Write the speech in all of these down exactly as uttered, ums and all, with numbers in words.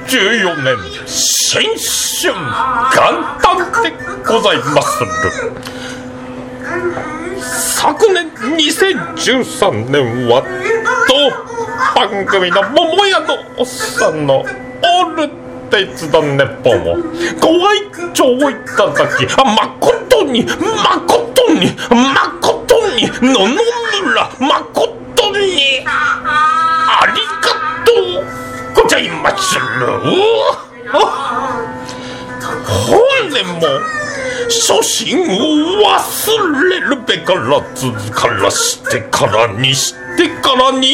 じゅうよねん新春元旦でございまする。昨年にせんじゅうさんねんは当番組の桃屋のおっさんのオールデイズ・ザ・ネッポンをご愛聴いただき誠に誠に誠に野々村誠にありがとうございまする。本年も初心を忘れるべからずからしてからにしてからに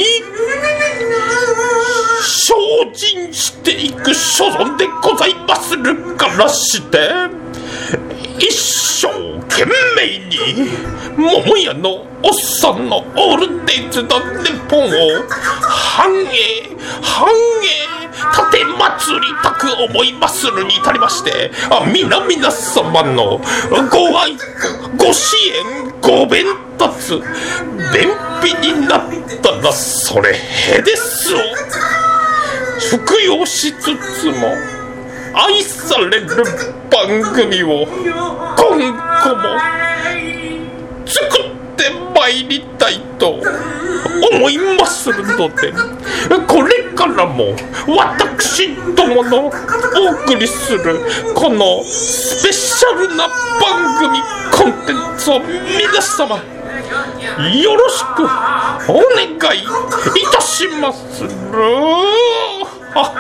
精進していく所存でございまするからして一生懸命に桃屋のおっさんのオールデイズ・ザ・ネッポンを繁栄繁栄立て祭りたく思いまするに至りまして、あ皆皆様のご愛ご支援ご鞭達便秘になったらそれへですを服用しつつも愛される番組を今後も作ってまいりたいと思いまするので、これからも私どものお送りするこのスペシャルな番組コンテンツを皆様よろしくお願いいたしまする。あ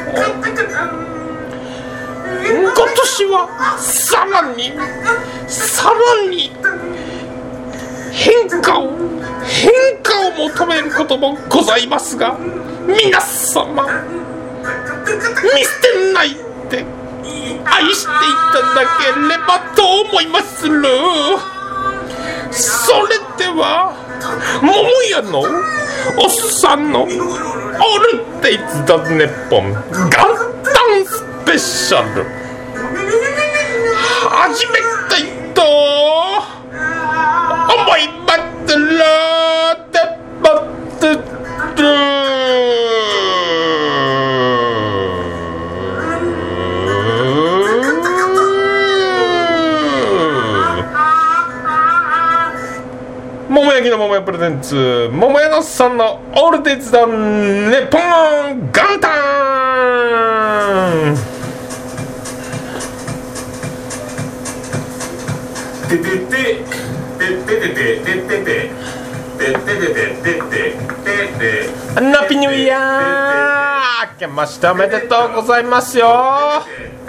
今年はさらにさらに変化を変化を求めることもございますが、皆様見捨てないで愛していただければと思いまする。それでは桃屋のおっさんのオールデイズ・ザ・ネッポン元旦スペシャル始めたいと思いまする。で待ってる桃焼きの桃屋プレゼンツ桃屋のさんのオールデイズ・ザ・ネッポン元旦。 ててててててててててナピニューイヤー明けましておめでとうございますよ。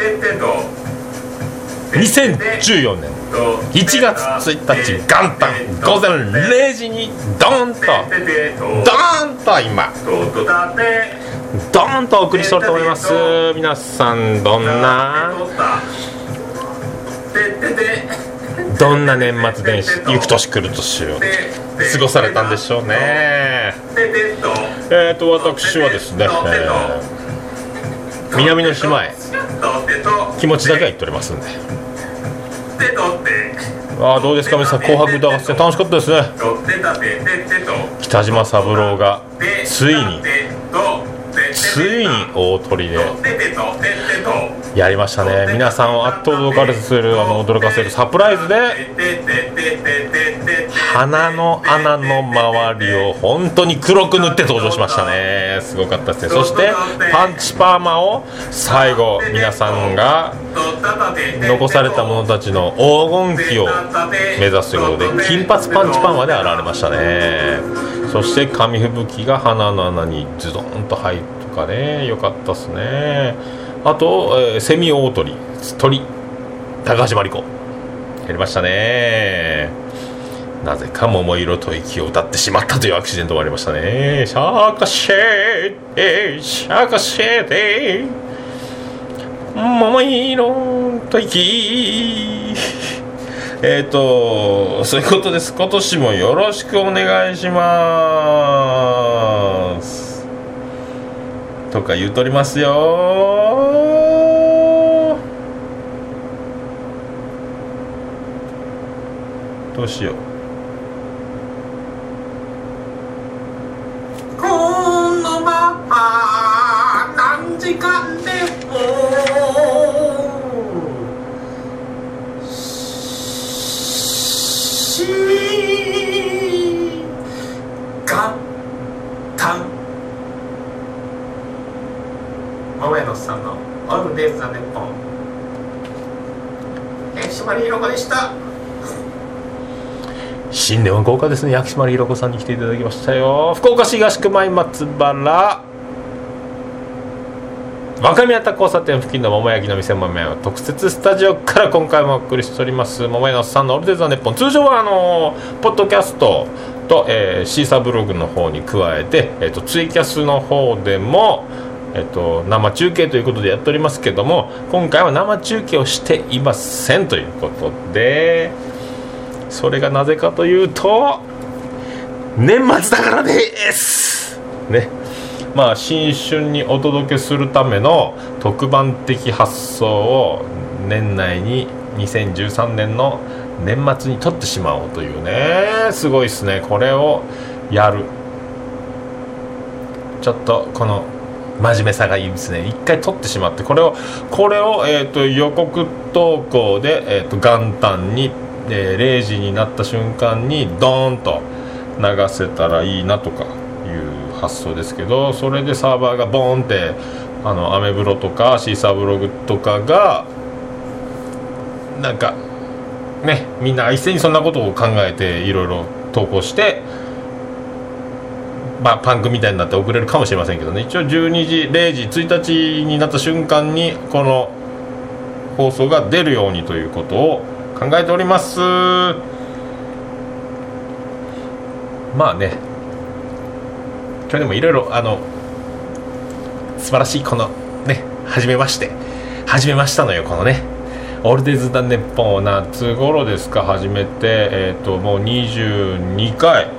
にせんじゅうよねんいちがつついたち元旦午前れいじにドーンとドーンと今ドーンとお送りしておると思います。皆さんどんなどんな年末年始行く年来る年を過ごされたんでしょうね。えーと私はですね、えー、南の島へ気持ちだけは行っておりますんで。あどうですか皆さん、紅白歌合戦楽しかったですね。北島三郎がついについに大鳥でやりましたね。皆さんを圧倒驚かせるあの驚かせるサプライズで鼻の穴の周りを本当に黒く塗って登場しましたね。すごかったですね。そしてパンチパーマを最後皆さんが残された者たちの黄金期を目指すということで金髪パンチパーマで現れましたね。そして紙吹雪が鼻の穴にズドンと入るとかね、よかったですね。あと、えー、セミ大鳥鳥高橋真理子やりましたね。なぜか桃色吐息を歌ってしまったというアクシデントもありましたね。シャーカシェーデシャーカシェーデ桃色吐息えっとそういうことです。今年もよろしくお願いしますとか言うとりますよ。どうしよう。 このまま何時間でルデイズ・ザ・ネッポン薬師丸ひろ子でした。 新年は豪華ですね。薬師丸ひろ子さんに来ていただきましたよ。福岡市東区前松原若宮田交差点付近の桃焼きの店桃屋の特設スタジオから今回もお送りしております桃屋のおっさんのオールデイズ・ザ・ネッポン。通常はあのポッドキャストと、えー、シーサーブログの方に加えて、えー、とツイキャスの方でも、えー、と生中継ということでやっておりますけども、今回は生中継をしていませんということで、それがなぜかというと年末だからですね。まあ新春にお届けするための特番的発想を年内ににせんじゅうさんねんの年末に撮ってしまおうというね。すごいですね。これをやる、ちょっとこの真面目さがいいですね。一回撮ってしまって、これをこれを、えー、と予告投稿で、えー、と元旦に、えー、れいじになった瞬間にドーンと流せたらいいなとかいう発想ですけど、それでサーバーがボーンってあのアメブロとかシーサーブログとかがなんかね、みんな一斉にそんなことを考えていろいろ投稿して、まあ、パンクみたいになって遅れるかもしれませんけどね。一応じゅうにじれいじついたちになった瞬間にこの放送が出るようにということを考えております。まあね、今日でもいろいろあの素晴らしいこのね、初めまして始めましたのよ。このねオールデイズ・ザ・ネッポンを夏頃ですか始めて、えー、ともうにじゅうにかい、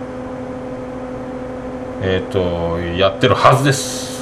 えー、とやってるはずです。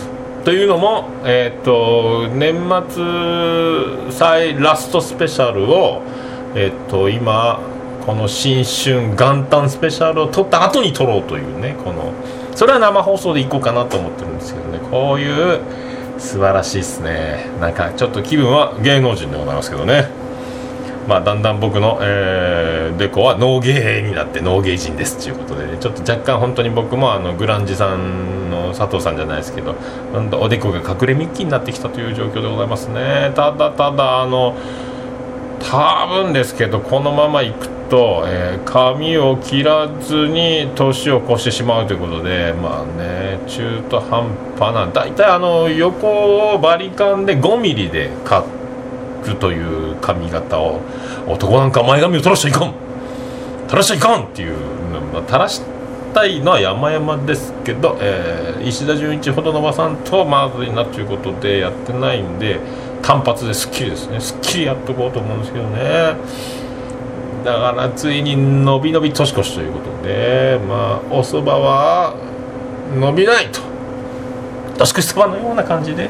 というのも、えー、と年末最ラストスペシャルを、えー、と今この新春元旦スペシャルを撮った後に撮ろうというね、このそれは生放送でいこうかなと思ってるんですけどね。こういう素晴らしいですね。なんかちょっと気分は芸能人でございますけどね。まあだんだん僕の、えー、デコは農芸になって農芸人ですということで、ね、ちょっと若干本当に僕もあのグランジさんの佐藤さんじゃないですけど、なんだおでこが隠れミッキーになってきたという状況でございますね。ただただあの多分ですけどこのままいくと、えー、髪を切らずに年を越してしまうということで、まあね中途半端な、だいたいあの横をバリカンでごミリでカットという髪型を、男なんか前髪を垂らしちゃいかん垂らしちゃいかんっていう、まあ、垂らしたいのは山々ですけど、えー、石田純一ほどのおばさんとまずいなということでやってないんで、単発ですっきりですね、すっきりやっとこうと思うんですけどね。だからついに伸び伸び年越しということで、まあお蕎麦は伸びないと、年越しそばのような感じで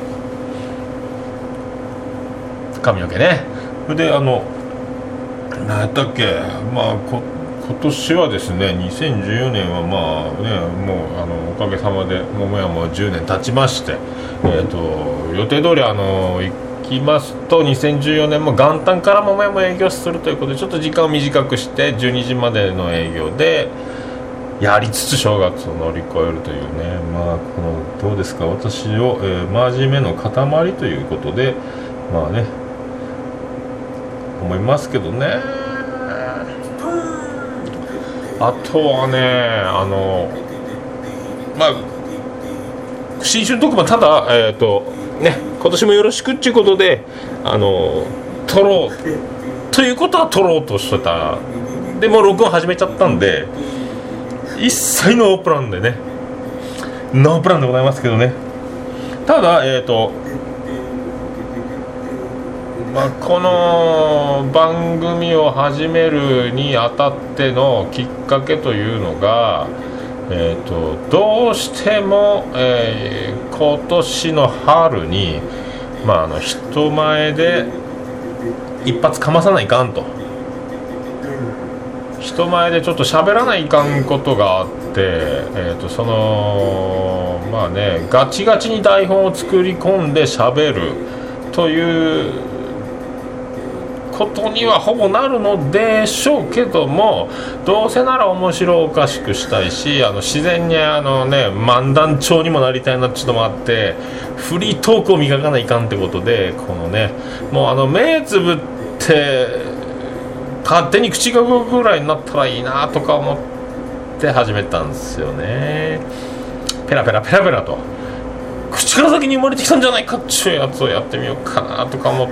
髪の毛ね。であの何やったっけ、まあこ今年はですねにせんじゅうよねんはまあねもうあのおかげさまで桃屋もじゅうねん経ちまして、えー、と予定通りあの行きますとにせんじゅうよねんも元旦から桃屋も営業するということで、ちょっと時間を短くしてじゅうにじまでの営業でやりつつ正月を乗り越えるというね。まあこのどうですか、私を、えー、真面目の塊ということでまあね思いますけどね。あとはねあのまあ新春特番ただえっ、ー、とね今年もよろしくっていうことであの撮ろうということは撮ろうとしてた。でも録音始めちゃったんで一切ノープランでねノープランでございますけどね。ただえっ、ー、とまあ、この番組を始めるにあたってのきっかけというのが、えーと、どうしても、えー、今年の春に、まあ、あの人前で一発かまさないかんと、人前でちょっと喋らないかんことがあって、えーと、そのまあねガチガチに台本を作り込んで喋るということにはほぼなるのでしょうけども、どうせなら面白おかしくしたいし、あの自然にあのね漫談調にもなりたいなっていうのもあって、フリートークを磨かないかんってことで、このねもうあの目つぶって勝手に口が動くぐらいになったらいいなとか思って始めたんですよね。ペラペラペラペラと口から先に生まれてきたんじゃないかっていうやつをやってみようかなとか思って、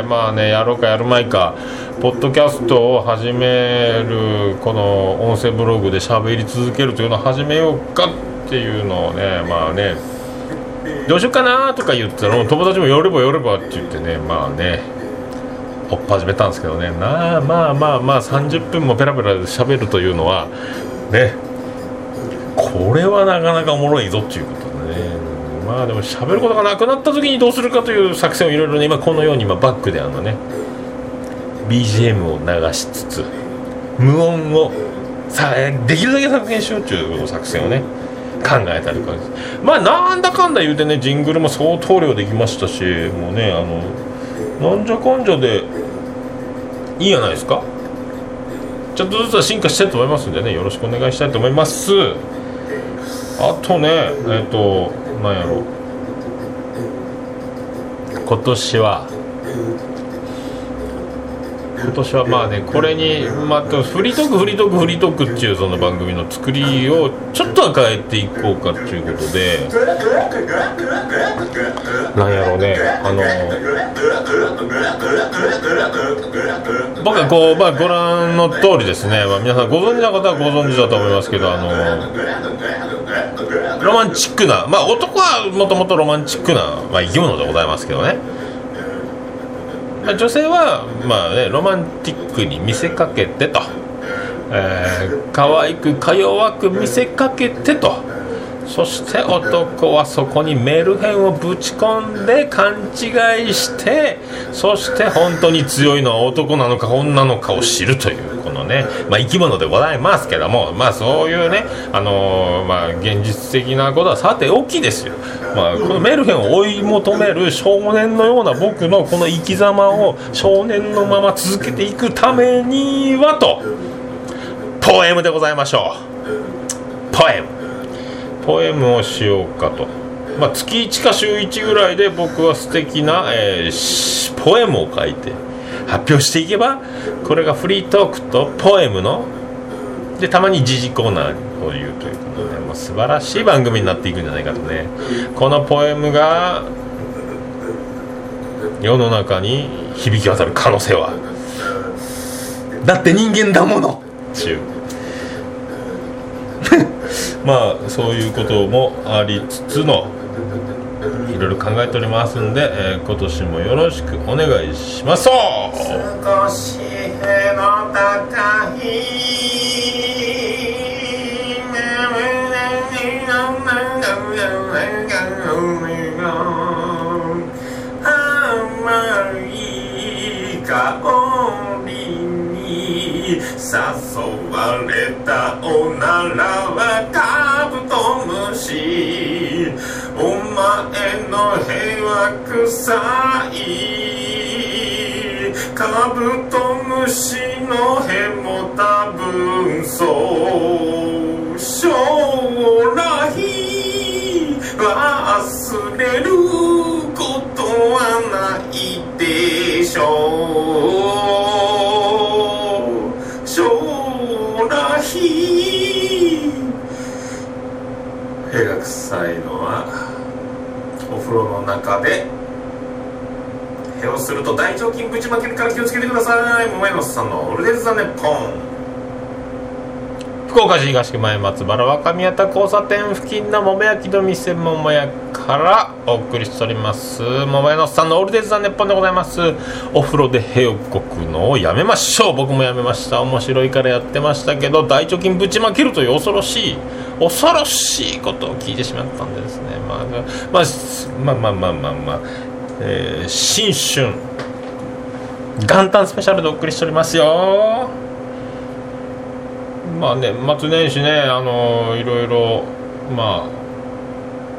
まあねやろうかやるまいか、ポッドキャストを始める、この音声ブログで喋り続けるというのを始めようかっていうのをね、まあねどうしようかなとか言ってたら友達も寄れば寄ればって言ってね、まあね追っ始めたんですけどね、なあまあまあまあさんじゅっぷんもペラペラで喋るというのはね、これはなかなかおもろいぞっていうことでね。まあでも喋ることがなくなった時にどうするかという作戦をいろいろね、今このように今バックであのね ビージーエム を流しつつ無音をさできるだけ削減しようという作戦をね考えたりとか、まあなんだかんだ言うてねジングルも相当量できましたし、もうねあのなんじゃかんじゃでいいじゃないですか。ちょっとずつは進化してると思いますんでね、よろしくお願いしたいと思います。あとねえっとなんやろ、今年は今年はまあねこれに、まあ、フリートークフリートークフリートークっていうその番組の作りをちょっとは変えていこうかっていうことで、なんやろうね、あの僕はこう、まあ、ご覧の通りですね、まあ、皆さんご存知の方はご存知だと思いますけど、あのロマンチックな、まあ男はもともとロマンチックな、まあ、生き物でございますけどね、まあ、女性はまあねロマンティックに見せかけてと、えー、可愛くか弱く見せかけてと、そして男はそこにメルヘンをぶち込んで勘違いして、そして本当に強いのは男なのか女のかを知るというこのね、まあ、生き物でございますけども、まあそういうね、あのー、まあ現実的なことはさておきですよ。まあ、このメルヘンを追い求める少年のような僕のこの生き様を少年のまま続けていくためにはと、ポエムでございましょう。ポエムポエムをしようかと、まあ、月いちか週いちぐらいで僕は素敵な、えー、ポエムを書いて発表していけば、これがフリートークとポエムのでたまに時事コーナーを言うということで、もう素晴らしい番組になっていくんじゃないかとね。このポエムが世の中に響き渡る可能性は、だって人間だものっていうまあそういうこともありつつのいろいろ考えておりますんで、えー、今年もよろしくお願いします。少しへの高い甘い香りに誘われたおならはカブトムシ、お前の屁は臭い、カブトムシの屁も多分そう、将来忘れることはないでしょう、将来屁が臭いのはお風呂の中で屁をすると大腸筋ぶちまけるから気をつけてください。桃山さんのオルデンザネッポン。福岡市東区前松原若宮田交差点付近の桃焼きの店桃屋からお送りしております桃屋のさんのオールデイズ・ザ・ネッポンでございます。お風呂で屁をこくのをやめましょう。僕もやめました。面白いからやってましたけど、大腸筋ぶちまけるという恐ろしい恐ろしいことを聞いてしまったんでですね、まあまあまあまあまあまあ、まあえー、新春元旦スペシャルでお送りしておりますよ。まあね、年末年始ね、あのー、いろいろまあ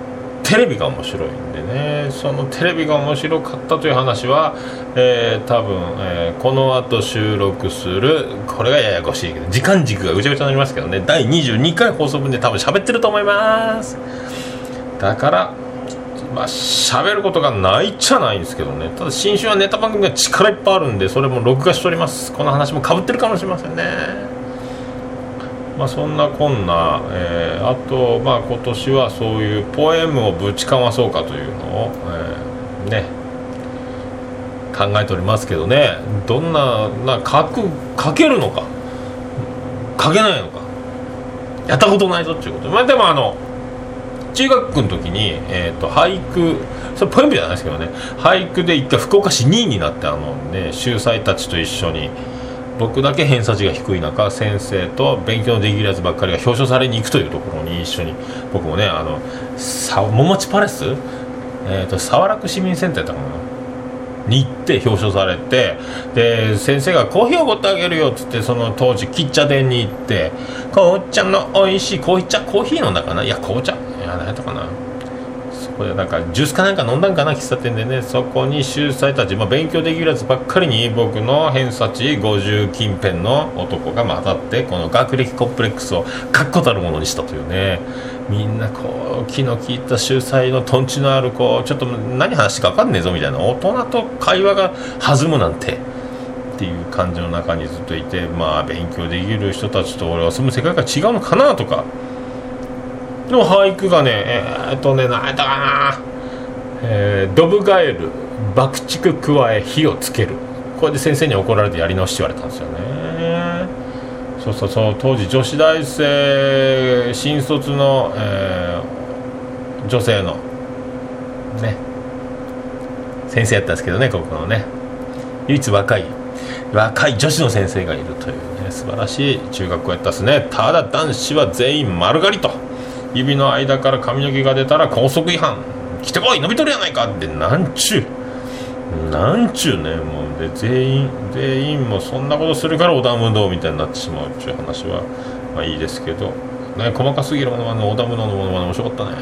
テレビが面白いんでね、そのテレビが面白かったという話は、えー、多分、えー、この後収録する、これがややこしいけど時間軸がぐちゃぐちゃになりますけどね、だいにじゅうにかい放送分で多分喋ってると思います。だからまあ喋ることがないっちゃないんですけどね、ただ新春はネタ番組が力いっぱいあるんで、それも録画しております。この話も被ってるかもしれませんね。まあそんなこんな、えー、あとまあ今年はそういうポエムをぶちかまそうかというのを、えー、ね考えておりますけどね、どんなな書く書けるのか書けないのかやったことないぞっていうことで、まあでもあの中学の時に、えー、と俳句、それポエムじゃないですけどね、俳句で一回福岡市にいになって、あのね秀才たちと一緒に、僕だけ偏差値が低い中、先生と勉強のできるやつばっかりが表彰されに行くというところに一緒に、僕もねあのさ桃地パレス、えー、と沢楽市民センターやったかなに行って表彰されて、で先生がコーヒーをおごってあげるよっつって、その当時喫茶店に行って、紅茶の美味しい紅茶コーヒー飲んだかな、いや紅茶、いや何やったかな、そこでなんかジュースかなんか飲んだんかな、喫茶店でね。そこに秀才たち、まあ、勉強できるやつばっかりに、僕の偏差値ごじゅう近辺の男が混ざって、この学歴コンプレックスを確固たるものにしたというね。みんなこう気の利いた秀才のとんちのあるこうちょっと何話してか分かんねえぞみたいな、大人と会話が弾むなんてっていう感じの中にずっといて、まあ勉強できる人たちと俺は住む世界が違うのかなとか。でも俳句がね、えー、っとね何やったかな、えー、ドブガエル爆竹加え火をつける、これで先生に怒られてやり直しって言われたんですよね。そうそうそう、当時女子大生新卒の、えー、女性のね先生やったんですけどね、ここのね唯一若い若い女子の先生がいるというね、素晴らしい中学校やったっすね。ただ男子は全員丸刈りと、指の間から髪の毛が出たら校則違反、来てこい伸びとるやないかって、なんちゅうなんちゅうね、もうで全員全員もそんなことするから織田無道みたいになってしまうっていう話はまあいいですけどね、細かすぎるものは織田無道のものは面白かったね。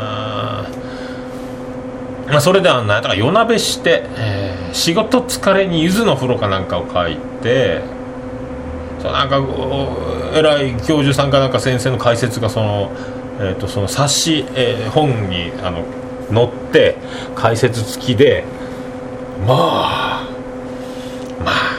まあそれでは何やったか夜鍋して、えー、仕事疲れに柚子の風呂かなんかを書いて、そうなんか偉い教授さんかなんか先生の解説がそのえー、とその冊子、えー、本にあの載って解説付きで、まあまあ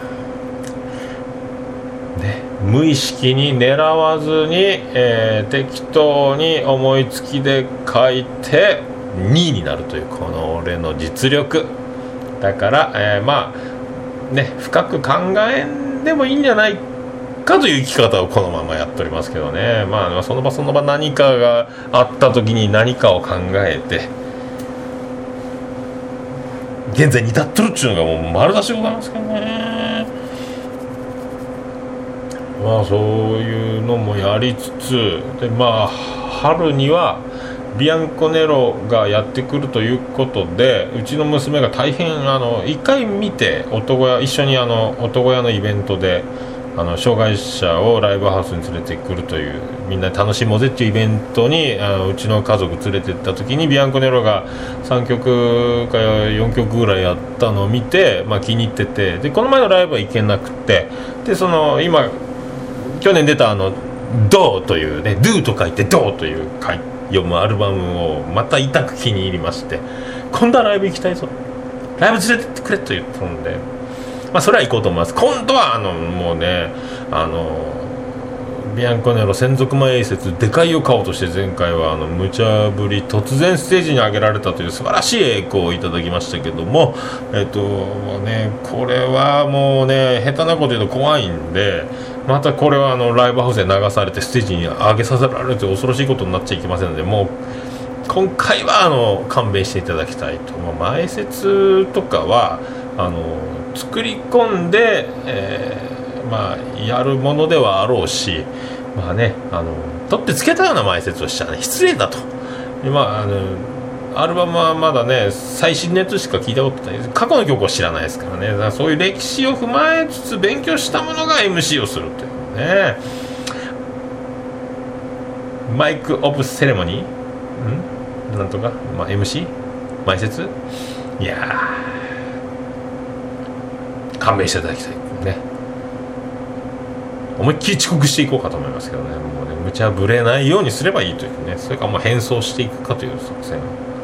ね、無意識に狙わずに、えー、適当に思いつきで書いてにいになるというこの俺の実力だから、えー、まあね深く考えんでもいいんじゃないかという生き方をこのままやっておりますけどね。まあその場その場何かがあった時に何かを考えて現在に至っとるっていうのがもう丸出しでございますけどね。まあそういうのもやりつつで、まあ春にはビアンコネロがやってくるということで、うちの娘が大変あの一回見て、男屋一緒にあの男屋のイベントであの障害者をライブハウスに連れてくるという、みんなで楽しもうぜっていうイベントにあのうちの家族連れてった時にビアンコネロがさんきょくかよんきょくぐらいやったのを見て、まあ、気に入ってて、でこの前のライブは行けなくて、でその今去年出たあのドーというね、ドゥと書いてドーという読むアルバムをまた痛く気に入りまして、今度はライブ行きたいぞ、ライブ連れてってくれと言ったんで、まあ、それは行こうと思います。今度はあのもうねあのビアンコネロ専属前説でかいを買おうとして、前回はあの無茶ぶり突然ステージに上げられたという素晴らしい栄光をいただきましたけども、えっともうねこれはもうね下手なこと言うと怖いんで、またこれはあのライブハウスで流されてステージに上げさせられるという恐ろしいことになっちゃいけませんので、もう今回はあの勘弁していただきたいと。前説とかはあの作り込んで、えーまあ、やるものではあろうし、まあね、あの取ってつけたような前説をしたら、ね、失礼だと。で、まあ、あのアルバムはまだね最新のやつしか聞いたことない、過去の曲を知らないですからね。だからそういう歴史を踏まえつつ勉強したものが エムシー をするというね。マイクオブセレモニーんなんとか、まあ、エムシー 前説、いやー勘弁していただきたいね。思いっきり遅刻していこうかと思いますけどね。もうね、無茶ぶれないようにすればいいというね、それからもう変装していくかという作戦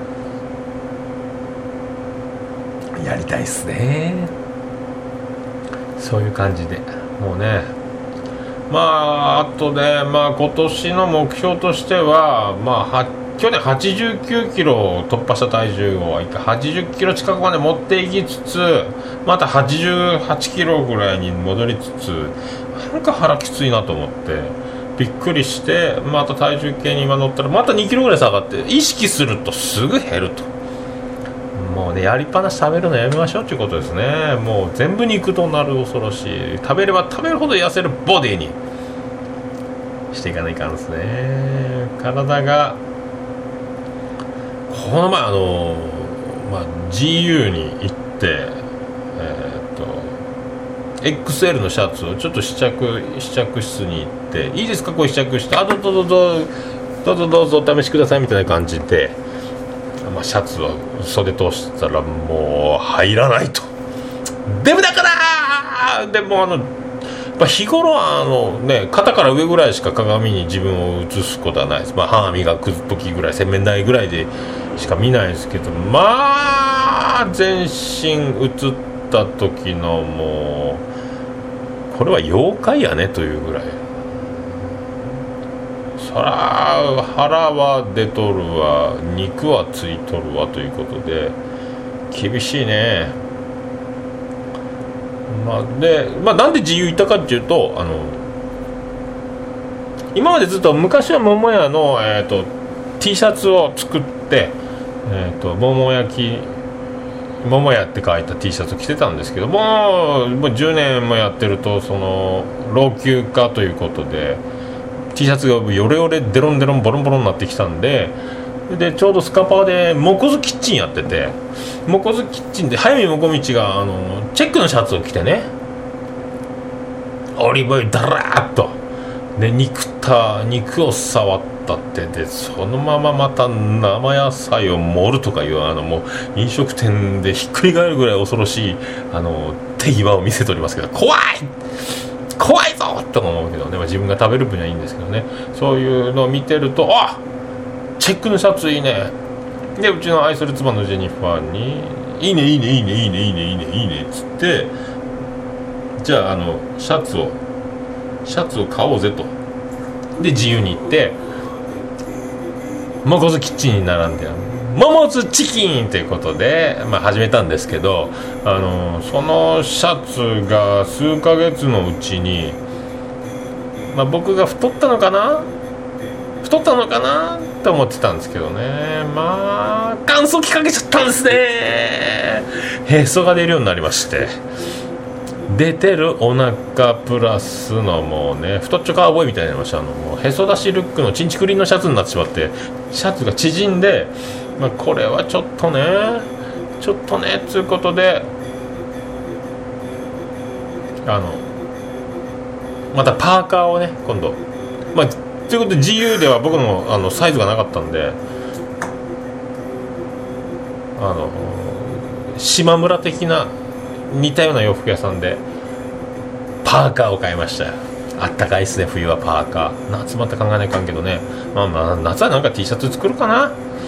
をやりたいですね。そういう感じでもうね、まああとね、まあ今年の目標としては、まあは去年はちじゅうきゅうキロを突破した体重をはちじゅっキロ近くまで持っていきつつ、またはちじゅうはちキロぐらいに戻りつつ、なんか腹きついなと思ってびっくりして、また体重計に今乗ったらまたにキロぐらい下がって、意識するとすぐ減ると。もうね、やりっぱなし食べるのやめましょうということですね。もう全部肉となる恐ろしい、食べれば食べるほど痩せるボディにしていかないかんですね。体がこの前あの、まあ、ジーユー に行って、えー、っと エックスエル のシャツをちょっと試着試着室に行って、いいですかこれ試着して、あどうぞどうぞどうぞどうぞお試しくださいみたいな感じで、まあ、シャツを袖通したらもう入らないと。デブだからでもあのやっぱ日頃はあの、ね、肩から上ぐらいしか鏡に自分を映すことはないです。まあ、歯磨く時ぐらい、洗面台ぐらいでしか見ないですけど、まあ全身映った時のもうこれは妖怪やねというぐらい、そら腹は出とるわ、肉はついとるわということで厳しいね。まあでまあ、なんで自由行ったかっていうと、あの今までずっと昔は桃屋の、えー、と T シャツを作って、えー、と桃焼き桃屋って書いた T シャツを着てたんですけども、もうじゅうねんもやってるとその老朽化ということで T シャツがヨレヨレデロンデロンボロンボロンになってきたんで、でちょうどスカパーでモコズキッチンやってて、モコズキッチンで早見もこみちがあのチェックのシャツを着てね、オリーブオイルダラーっとで肉た肉を触ったってで、そのまままた生野菜を盛るとかいう、あのもう飲食店でひっくり返るぐらい恐ろしいあの手際を見せておりますけど、怖い怖いぞと思うけどね、まあ、自分が食べる分にはいいんですけどね、そういうのを見てると、あチェックのシャツいいね。でうちの愛する妻のジェニファーにいいねいいねいいねいいねいいねいいねいいねっつって、じゃああのシャツをシャツを買おうぜと。で自由に行ってモコズキッチンに並んでモモズチキンということで、まあ、始めたんですけど、あのそのシャツが数ヶ月のうちに、まあ、僕が太ったのかな太ったのかなと思ってたんですけどね、まあ乾燥機かけちゃったんですね。へそが出るようになりまして、出てるお腹プラスのもうね太っちょカーボーイみたいになりました。あのもうへそ出しルックのチンチクリンのシャツになってしまって、シャツが縮んで、まあ、これはちょっとねちょっとねつうことで、あのまたパーカーをね今度、まあということで ジーユー では僕の、あのサイズがなかったんで、あの島村的な似たような洋服屋さんでパーカーを買いましたよ。あったかいっすね冬はパーカー。夏また考えないかんけどね、まあまあ夏はなんか T シャツ作るかな。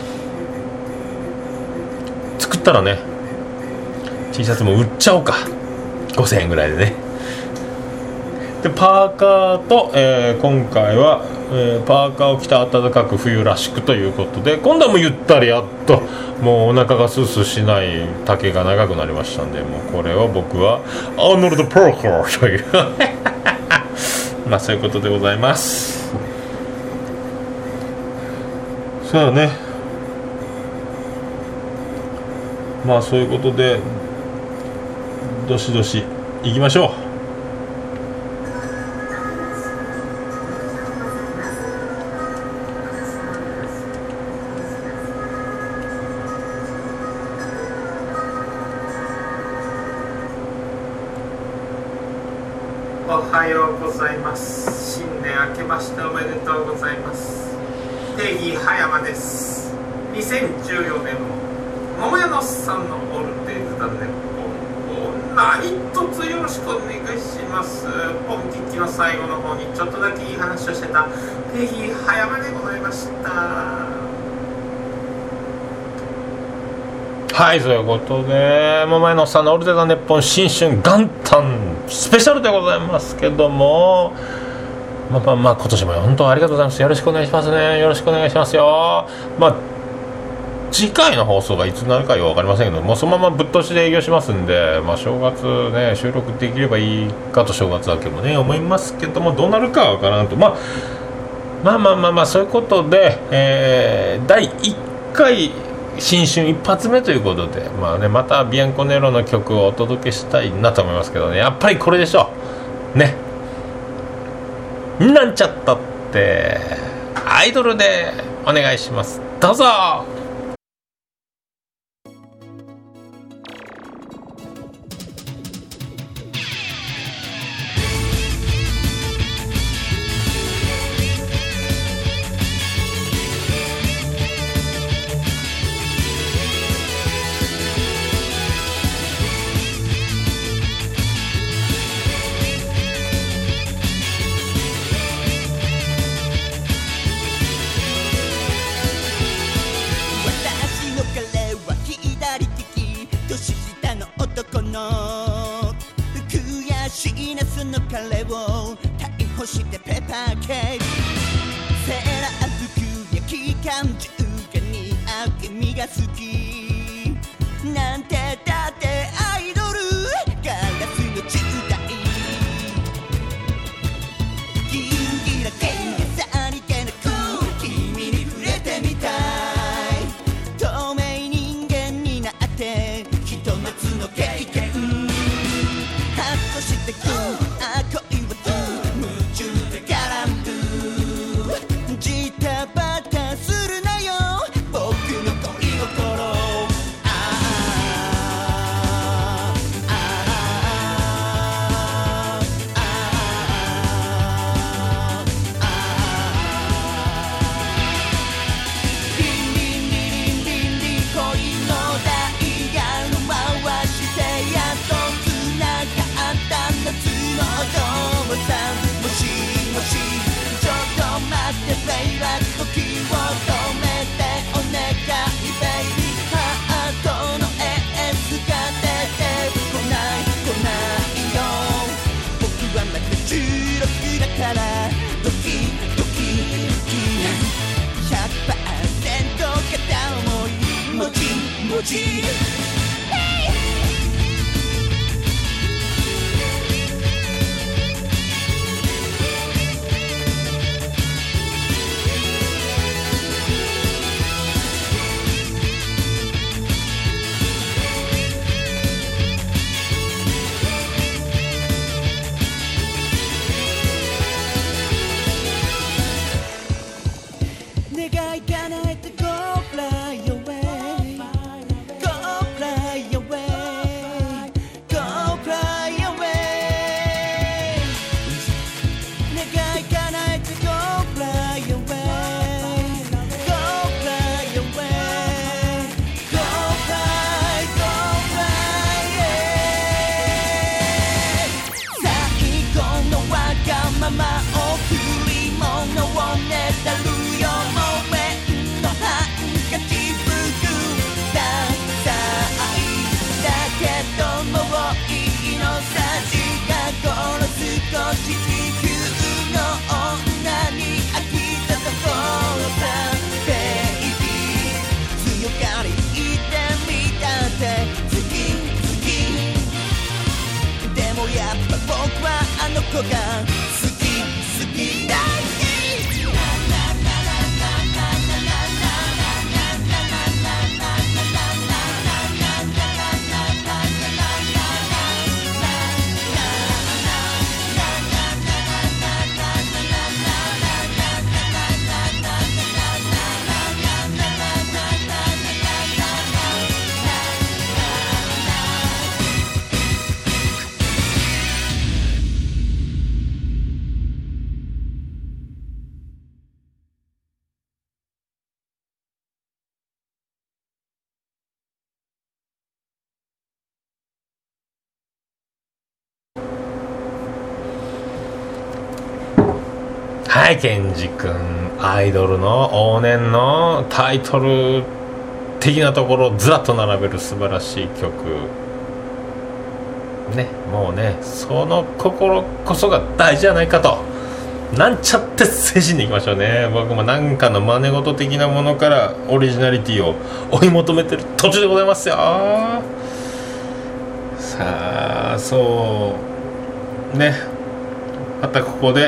作ったらね T シャツも売っちゃおうか、ごせんえんぐらいでね。でパーカーと、えー、今回は、えー、パーカーを着た暖かく冬らしくということで、今度はもうゆったりやっともうお腹がスースーしない丈が長くなりましたんで、もうこれを僕はアーノルド・パーカーというまあそういうことでございます。そうね、まあそういうことでどしどし行きましょう。 おはようございます。新年明けましておめでとうございます。定義葉山です。 にせんじゅうよねんも桃屋のおっさんのオールデイズだね何卒よろしくお願いします。本日記の最後の方にちょっとだけいい話をしてたペギー葉山でございました。 はい、ということで桃屋のおっさんのオールデイズ・ザ・ネッポン新春元旦スペシャルでございますけども、まあまあまあ今年も本当ありがとうございます。よろしくお願いしますね。よろしくお願いしますよ。まあ次回の放送がいつになるかは分かりませんけどもうそのままぶっ通しで営業しますんで、まあ、正月ね収録できればいいかと正月明けもね思いますけどもどうなるかは分からんと、まあ、まあまあまあまあそういうことで、えー、だいいっかい新春一発目ということで、まあね、またビアンコネロの曲をお届けしたいなと思いますけどね、やっぱりこれでしょうね。なんちゃったってアイドルでお願いします。どうぞ。 してペパーケーキセーラー服や機関銃が似合う君が好きなんてだってアイドルガラスの時代ギンギラケンがさりげなく君に触れてみたい透明人間になってひと夏の経験ハッとしてく子が好き好き大好きはい、ケンジ君アイドルの往年のタイトル的なところをずらっと並べる素晴らしい曲ね。もうね、その心こそが大事じゃないかと、なんちゃって精神でいきましょうね。僕もなんかの真似事的なものからオリジナリティを追い求めてる途中でございますよ。さあ、そうね、またここで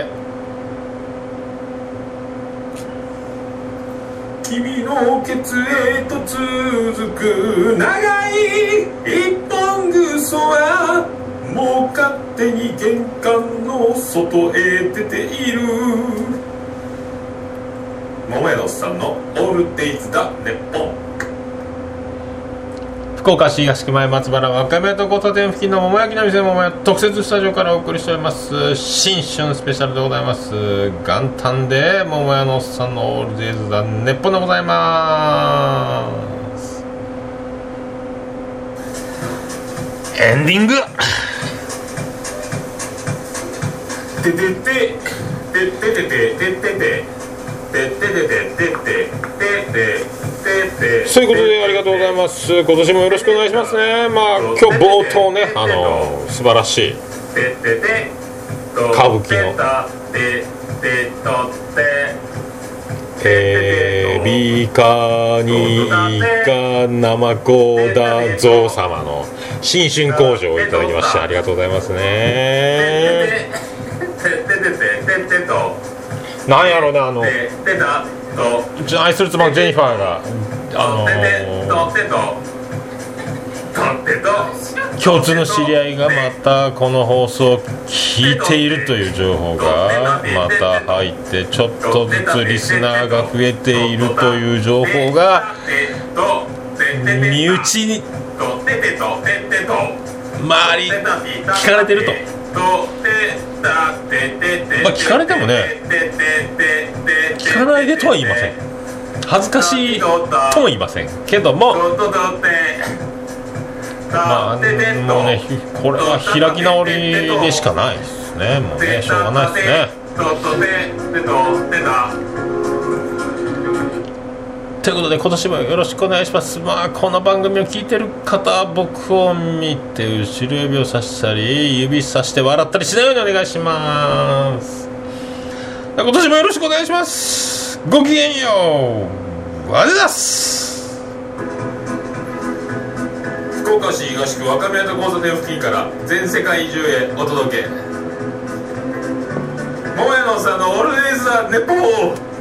君のケツへと続く長い一本ぐそはもう勝手に玄関の外へ出ている。桃屋のおっさんのオールデイズだネッポン。 福岡市東区前松原若宮と交差点付近の桃焼きの店桃屋特設スタジオからお送りしております新春スペシャルでございます。元旦で桃屋のおっさんのオールデイズだネッポンでございます。エンディングててててててててててそういうことでありがとうございます。今年もよろしくお願いしますね。まあ今日冒頭ね、あの素晴らしい歌舞伎のえー、ビカニカナマコダゾウ様の新春工場をいただきましてありがとうございますね。なんやろうね、あのうちの愛する妻のジェニファーがあのー、共通の知り合いがまたこの放送を聞いているという情報がまた入ってちょっとずつリスナーが増えているという情報が身内に周り聞かれてると。まあ、聞かれてもね、聞かないでとは言いません。恥ずかしいとも言いませんけども、まあもうね、これは開き直りでしかないですね。もうね、しょうがないですね。ということで今年もよろしくお願いします。まあこの番組を聞いてる方は僕を見て後ろ指をさしたり指さして笑ったりしないようにお願いします。今年もよろしくお願いします。ごきげんよう。ありがとうございます。 福岡市東区若宮と交差点付近から全世界中へお届け、桃屋のおっさんのオールデイズ・ザ・ネッポン。